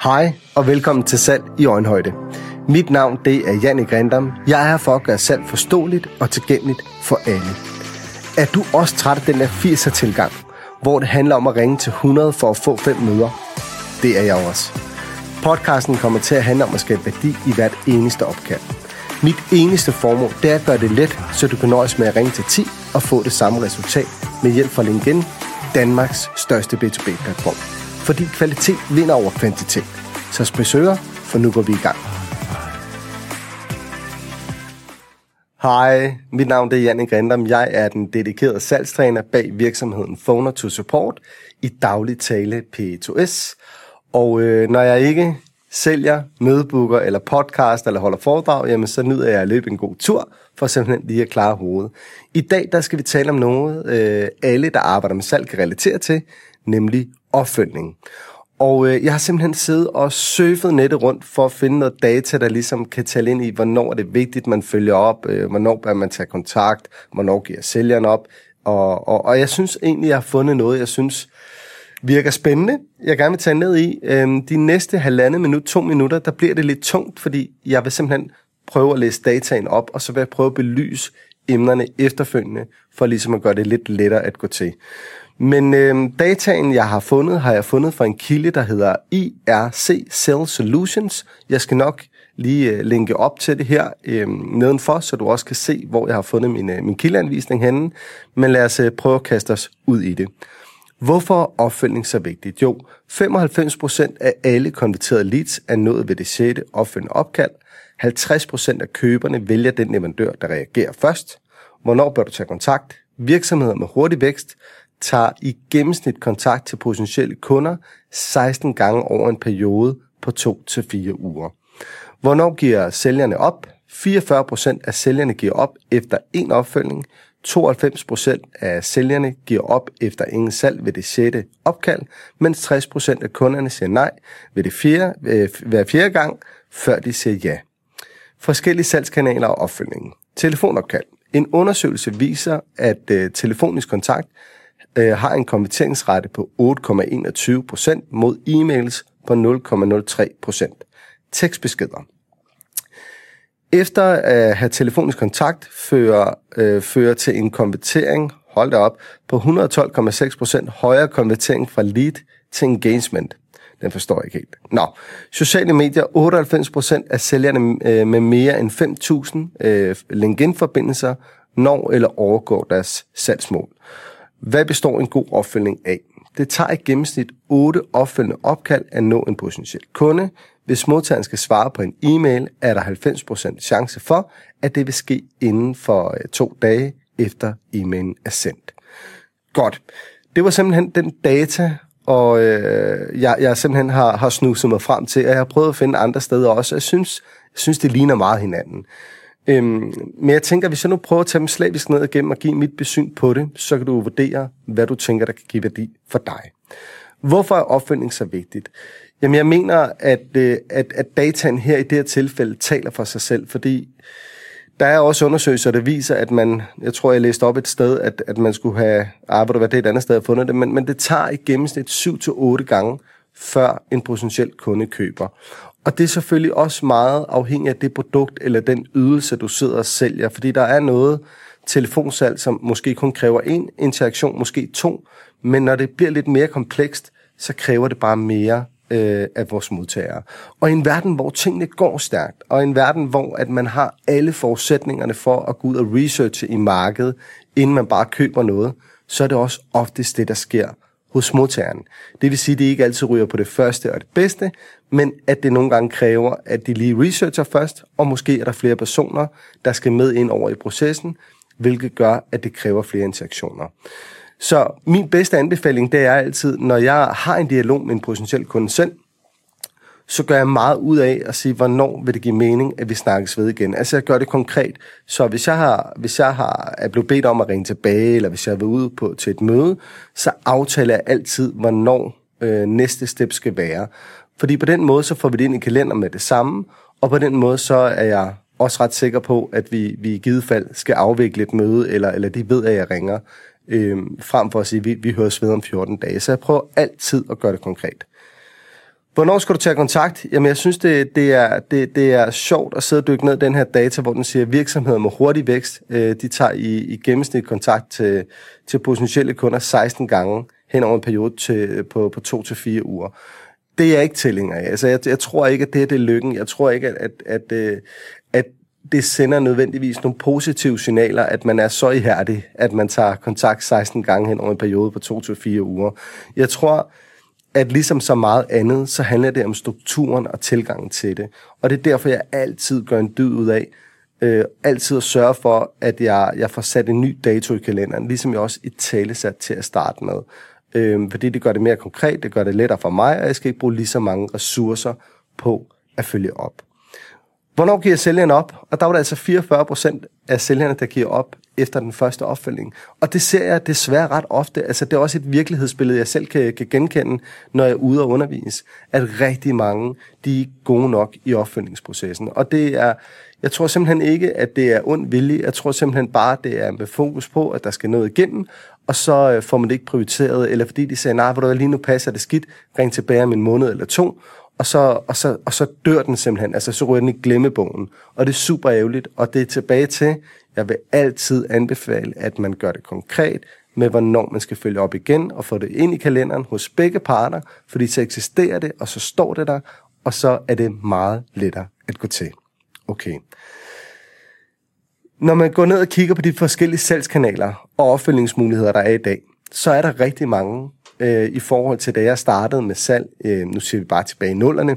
Hej og velkommen til Salg i Øjenhøjde. Mit navn det er Jannik Rindam. Jeg er her for at gøre salg forståeligt og tilgængeligt for alle. Er du også træt af den der 80'er tilgang, hvor det handler om at ringe til 100 for at få 5 møder? Det er jeg også. Podcasten kommer til at handle om at skabe værdi i hvert eneste opkald. Mit eneste formål det er at gøre det let, så du kan nøjes med at ringe til 10 og få det samme resultat med hjælp fra LinkedIn, Danmarks største B2B-platform. Fordi kvalitet vinder over kvantitet. Så spids ører, for nu går vi i gang. Hej, mit navn er Jannik Rindam. Jeg er den dedikerede salgstræner bag virksomheden Phoner to Support, i daglig tale P2S. Og når jeg ikke sælger, mødebooker eller podcast eller holder foredrag, jamen så nyder jeg at løbe en god tur for simpelthen lige at klare hovedet. I dag der skal vi tale om noget, alle der arbejder med salg kan relatere til, nemlig opfølgning. Og jeg har simpelthen siddet og surfet nettet rundt for at finde noget data, der ligesom kan tale ind i, hvornår er det vigtigt, man følger op, hvornår bør man tage kontakt, hvornår giver sælgeren op. Og jeg synes egentlig, jeg har fundet noget, jeg synes virker spændende. Jeg gerne vil tage ned i. De næste 1,5 minut, 2 minutter, der bliver det lidt tungt, fordi jeg vil simpelthen prøve at læse dataen op, og så vil jeg prøve at belyse emnerne efterfølgende, for ligesom at gøre det lidt lettere at gå til. Men dataen, jeg har fundet fra en kilde, der hedder IRC Sales Solutions. Jeg skal nok lige linke op til det her nedenfor, så du også kan se, hvor jeg har fundet min kildeanvisning henne. Men lad os prøve at kaste os ud i det. Hvorfor er opfølgning så vigtigt? Jo, 95% af alle konverterede leads er nået ved det 6. opfølgende opkald. 50% af køberne vælger den leverandør, der reagerer først. Hvornår bør du tage kontakt? Virksomheder med hurtig vækst tager i gennemsnit kontakt til potentielle kunder 16 gange over en periode på 2-4 uger. Hvornår giver sælgerne op? 44% af sælgerne giver op efter en opfølgning. 92% af sælgerne giver op efter ingen salg ved det 6. opkald, mens 60% af kunderne siger nej ved det hver 4. gang, før de siger ja. Forskellige salgskanaler og opfølgningen. Telefonopkald. En undersøgelse viser, at telefonisk kontakt har en konverteringsrate på 8,21% mod e-mails på 0,03%. Tekstbeskeder. Efter at have telefonisk kontakt fører til en konvertering, hold da op, på 112,6% højere konvertering fra lead til engagement. Den forstår jeg ikke helt. Nå, sociale medier, 98% af sælgerne med mere end 5.000 LinkedIn-forbindelser når eller overgår deres salgsmål. Hvad består en god opfølgning af? Det tager i gennemsnit 8 opfølgende opkald at nå en potentiel kunde. Hvis modtageren skal svare på en e-mail, er der 90% chance for, at det vil ske inden for 2 dage efter e-mailen er sendt. Godt. Det var simpelthen den data, og jeg simpelthen har snuset mig frem til, og jeg har prøvet at finde andre steder også. Jeg synes det ligner meget hinanden. Men jeg tænker, hvis jeg nu prøver at tage dem slavisk ned igennem og give mit besyn på det, så kan du vurdere, hvad du tænker, der kan give værdi for dig. Hvorfor er opfølgning så vigtigt? Jamen jeg mener, at dataen her i det her tilfælde taler for sig selv, fordi der er også undersøgelser, der viser, at jeg tror, jeg læste op et sted, at man skulle have arbejdet, hvad det et andet sted har fundet det, men det tager i gennemsnit 7-8 gange, før en potentiel kunde køber. Og det er selvfølgelig også meget afhængigt af det produkt eller den ydelse, du sidder og sælger, fordi der er noget telefonsalg, som måske kun kræver 1 interaktion, måske 2, men når det bliver lidt mere komplekst, så kræver det bare mere af vores modtagere. Og i en verden, hvor tingene går stærkt, og i en verden, hvor at man har alle forudsætningerne for at gå ud og researche i markedet, inden man bare køber noget, så er det også oftest det, der sker hos modtageren. Det vil sige, at de ikke altid ryger på det første og det bedste, men at det nogle gange kræver, at de lige researcher først, og måske er der flere personer, der skal med ind over i processen, hvilket gør, at det kræver flere interaktioner. Så min bedste anbefaling, det er altid, når jeg har en dialog med en potentiel kunde selv, så gør jeg meget ud af at sige, hvornår vil det give mening, at vi snakkes ved igen. Altså jeg gør det konkret. Så hvis jeg er blevet bedt om at ringe tilbage, eller hvis jeg er ved ude til et møde, så aftaler jeg altid, hvornår næste step skal være. Fordi på den måde, så får vi det ind i kalenderen med det samme, og på den måde, så er jeg også ret sikker på, at vi i givet fald skal afvikle et møde, eller de ved, at jeg ringer, frem for at sige, at vi høres ved om 14 dage. Så jeg prøver altid at gøre det konkret. Hvornår skal du tage kontakt? Jamen, jeg synes, det er sjovt at sidde og dykke ned i den her data, hvor den siger, at virksomheder med hurtig vækst, de tager i gennemsnit kontakt til potentielle kunder 16 gange hen over en periode på 2 til 4 uger. Det er jeg ikke tilhænger af. Altså, jeg tror ikke, at det er lykken. Jeg tror ikke, at det sender nødvendigvis nogle positive signaler, at man er så ihærdig, at man tager kontakt 16 gange hen over en periode på 2 til 4 uger. Jeg tror, at ligesom så meget andet, så handler det om strukturen og tilgangen til det. Og det er derfor, jeg altid gør en dyd ud af, altid at sørge for, at jeg får sat en ny dato i kalenderen, ligesom jeg også italesat til at starte med. Fordi det gør det mere konkret, det gør det lettere for mig, og jeg skal ikke bruge lige så mange ressourcer på at følge op. Hvornår giver sælgerne op? Og der var der altså 44% af sælgerne, der giver op efter den første opfølging. Og det ser jeg desværre ret ofte. Altså, det er også et virkelighedsbillede, jeg selv kan genkende, når jeg er ude og undervise. At rigtig mange, de er ikke gode nok i opfølgningsprocessen. Og jeg tror simpelthen ikke, at det er ond vilje. Jeg tror simpelthen bare, det er med fokus på, at der skal noget igennem. Og så får man det ikke prioriteret. Eller fordi de siger, nej, hvor lige nu passer det skidt. Ring tilbage om en måned eller 2. Og så dør den simpelthen, altså så ryger den i glemmebogen. Og det er super ærgerligt, og det er tilbage til, jeg vil altid anbefale, at man gør det konkret med, hvornår man skal følge op igen, og få det ind i kalenderen hos begge parter, fordi så eksisterer det, og så står det der, og så er det meget lettere at gå til. Okay. Når man går ned og kigger på de forskellige salgskanaler og opfølgningsmuligheder, der er i dag, så er der rigtig mange i forhold til, da jeg startede med salg. Nu siger vi bare tilbage i 0'erne.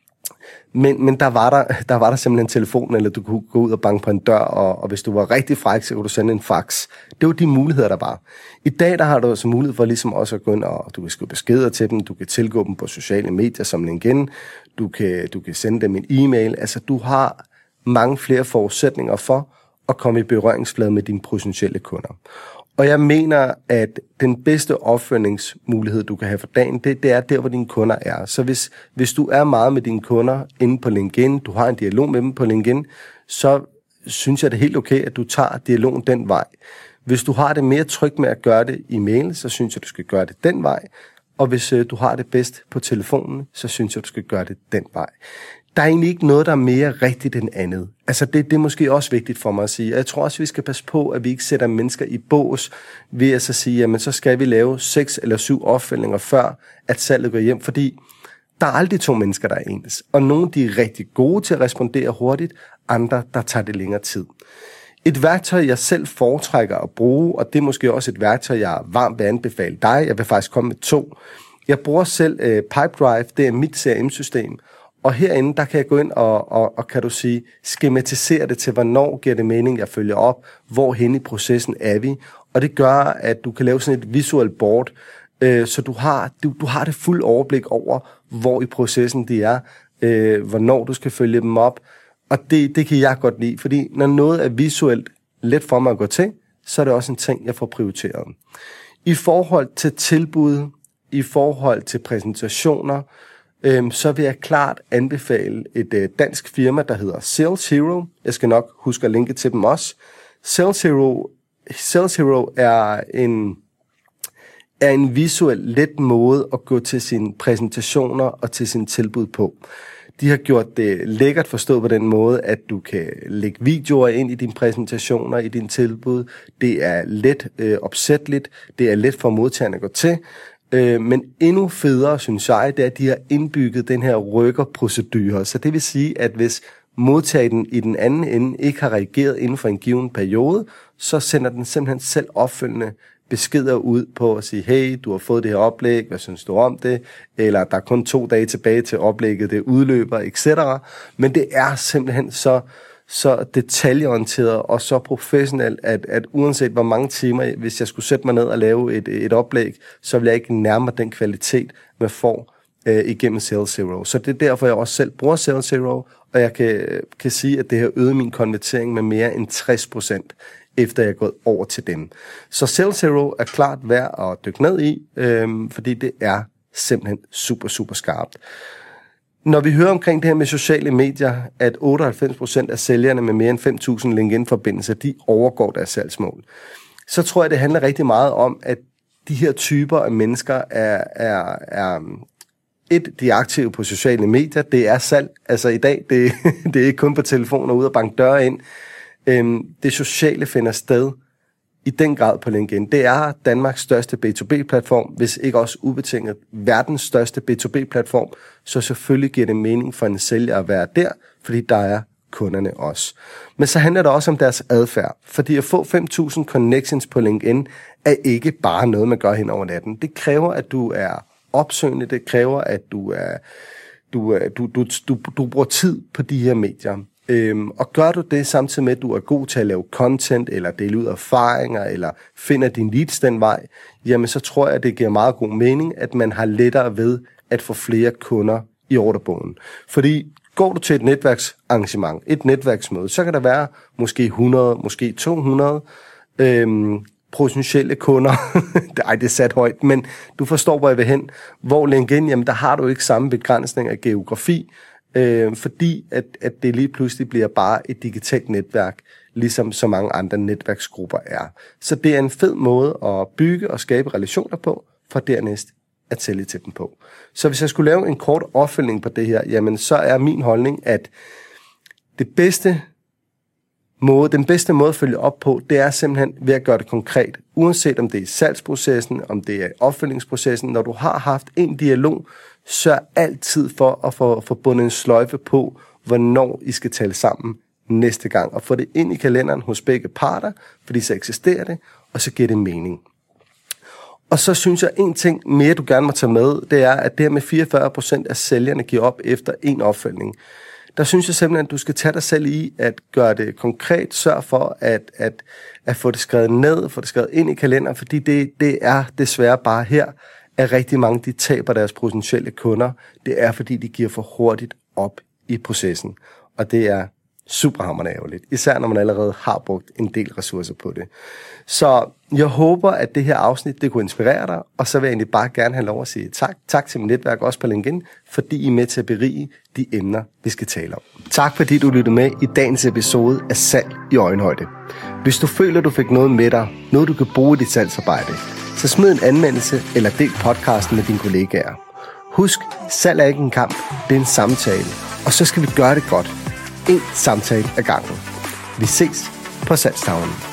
Men der var der simpelthen telefonen, eller du kunne gå ud og banke på en dør, og hvis du var rigtig fræk, så kunne du sende en fax. Det var de muligheder, der var. I dag, der har du altså mulighed for ligesom også at gå ind, og du kan skrive beskeder til dem, du kan tilgå dem på sociale medier som LinkedIn, du kan sende dem en e-mail. Altså, du har mange flere forudsætninger for at komme i berøringsflade med dine potentielle kunder. Og jeg mener, at den bedste opfølgningsmulighed, du kan have for dagen, det er der, hvor dine kunder er. Så hvis du er meget med dine kunder inde på LinkedIn, du har en dialog med dem på LinkedIn, så synes jeg, det er helt okay, at du tager dialogen den vej. Hvis du har det mere trygt med at gøre det i mail, så synes jeg, du skal gøre det den vej. Og hvis du har det bedst på telefonen, så synes jeg, du skal gøre det den vej. Der er egentlig ikke noget, der er mere rigtigt end andet. Altså, det er måske også vigtigt for mig at sige. Og jeg tror også, vi skal passe på, at vi ikke sætter mennesker i bås ved at så sige, jamen så skal vi lave 6 eller 7 opfølgninger før, at salget går hjem. Fordi der er aldrig 2 mennesker, der er ens. Og nogle, de er rigtig gode til at respondere hurtigt, andre, der tager det længere tid. Et værktøj, jeg selv foretrækker at bruge, og det er måske også et værktøj, jeg varmt vil anbefale dig. Jeg vil faktisk komme med 2. Jeg bruger selv Pipedrive, det er mit CRM-system. Og herinde, der kan jeg gå ind og kan du sige, skematisere det til, hvornår giver det mening, jeg følger op, hvorhen i processen er vi. Og det gør, at du kan lave sådan et visuelt board, så du har det fuld overblik over, hvor i processen de er, hvornår du skal følge dem op. Og det kan jeg godt lide, fordi når noget er visuelt let for mig at gå til, så er det også en ting, jeg får prioriteret. I forhold til tilbud, i forhold til præsentationer, så vil jeg klart anbefale et dansk firma, der hedder Sales Hero. Jeg skal nok huske at linke til dem også. Sales Hero er en visuel let måde at gå til sine præsentationer og til sine tilbud på. De har gjort det lækkert forstået på den måde, at du kan lægge videoer ind i dine præsentationer, i dine tilbud. Det er let opsætteligt, det er let for modtagerne at gå til. Men endnu federe, synes jeg, det er, at de har indbygget den her rykkerprocedure. Så det vil sige, at hvis modtageren i den anden ende ikke har reageret inden for en given periode, så sender den simpelthen selv opfølgende beskeder ud på at sige, hey, du har fået det her oplæg, hvad synes du om det? Eller der er kun 2 dage tilbage til oplægget, det udløber, etc. Men det er simpelthen så detaljeorienteret og så professionelt, at uanset hvor mange timer, hvis jeg skulle sætte mig ned og lave et oplæg, så vil jeg ikke nærme den kvalitet, man får igennem Sales Hero. Så det er derfor, jeg også selv bruger Sales Hero, og jeg kan sige, at det har øget min konvertering med mere end 60%, efter jeg er gået over til dem. Så Sales Hero er klart værd at dykke ned i, fordi det er simpelthen super, super skarpt. Når vi hører omkring det her med sociale medier, at 98% af sælgerne med mere end 5.000 LinkedIn-forbindelser, de overgår deres salgsmål, så tror jeg, det handler rigtig meget om, at de her typer af mennesker de er aktive på sociale medier, det er salg. Altså i dag, det er ikke kun på telefoner ude og banke døre ind. Det sociale finder sted i den grad på LinkedIn. Det er Danmarks største B2B-platform, hvis ikke også ubetinget verdens største B2B-platform, så selvfølgelig giver det mening for en sælger at være der, fordi der er kunderne også. Men så handler det også om deres adfærd, fordi at få 5.000 connections på LinkedIn er ikke bare noget, man gør hen over natten. Det kræver, at du er opsøgende, det kræver, at du bruger tid på de her medier. Og gør du det samtidig med, at du er god til at lave content, eller dele ud af erfaringer, eller finder din leads den vej, jamen så tror jeg, at det giver meget god mening, at man har lettere ved at få flere kunder i ordrebogen. Fordi går du til et netværksarrangement, et netværksmøde, så kan der være måske 100, måske 200 potentielle kunder. Ej, det er sat højt, men du forstår, hvor jeg vil hen. Hvor LinkedIn, jamen der har du ikke samme begrænsning af geografi, fordi at det lige pludselig bliver bare et digitalt netværk, ligesom så mange andre netværksgrupper er. Så det er en fed måde at bygge og skabe relationer på, for dernæst at sælge til dem på. Så hvis jeg skulle lave en kort opfølgning på det her, jamen så er min holdning, at den bedste måde at følge op på, det er simpelthen ved at gøre det konkret. Uanset om det er salgsprocessen, om det er opfølgningsprocessen, når du har haft en dialog, sørg altid for at få bundet en sløjfe på, hvornår I skal tale sammen næste gang, og få det ind i kalenderen hos begge parter, fordi så eksisterer det, og så giver det mening. Og så synes jeg, en ting mere, du gerne må tage med, det er, at det her med 44% af sælgerne giver op efter en opfølgning. Der synes jeg simpelthen, at du skal tage dig selv i at gøre det konkret. Sørg for at få det skrevet ned, få det skrevet ind i kalenderen, fordi det er desværre bare her, at rigtig mange de taber deres potentielle kunder. Det er, fordi de giver for hurtigt op i processen. Og det er superhammerende ærgerligt. Især når man allerede har brugt en del ressourcer på det. Så jeg håber, at det her afsnit det kunne inspirere dig, og så vil jeg egentlig bare gerne have lov at sige tak til mit netværk, også på LinkedIn, fordi I er med til at berige de emner, vi skal tale om. Tak fordi du lyttede med i dagens episode af Salg i Øjenhøjde. Hvis du føler, du fik noget med dig, noget du kan bruge i dit salgsarbejde, så smid en anmeldelse eller del podcasten med dine kollegaer. Husk, salg er ikke en kamp, det er en samtale, og så skal vi gøre det godt. En samtale ad gangen. Vi ses på salgstavlen.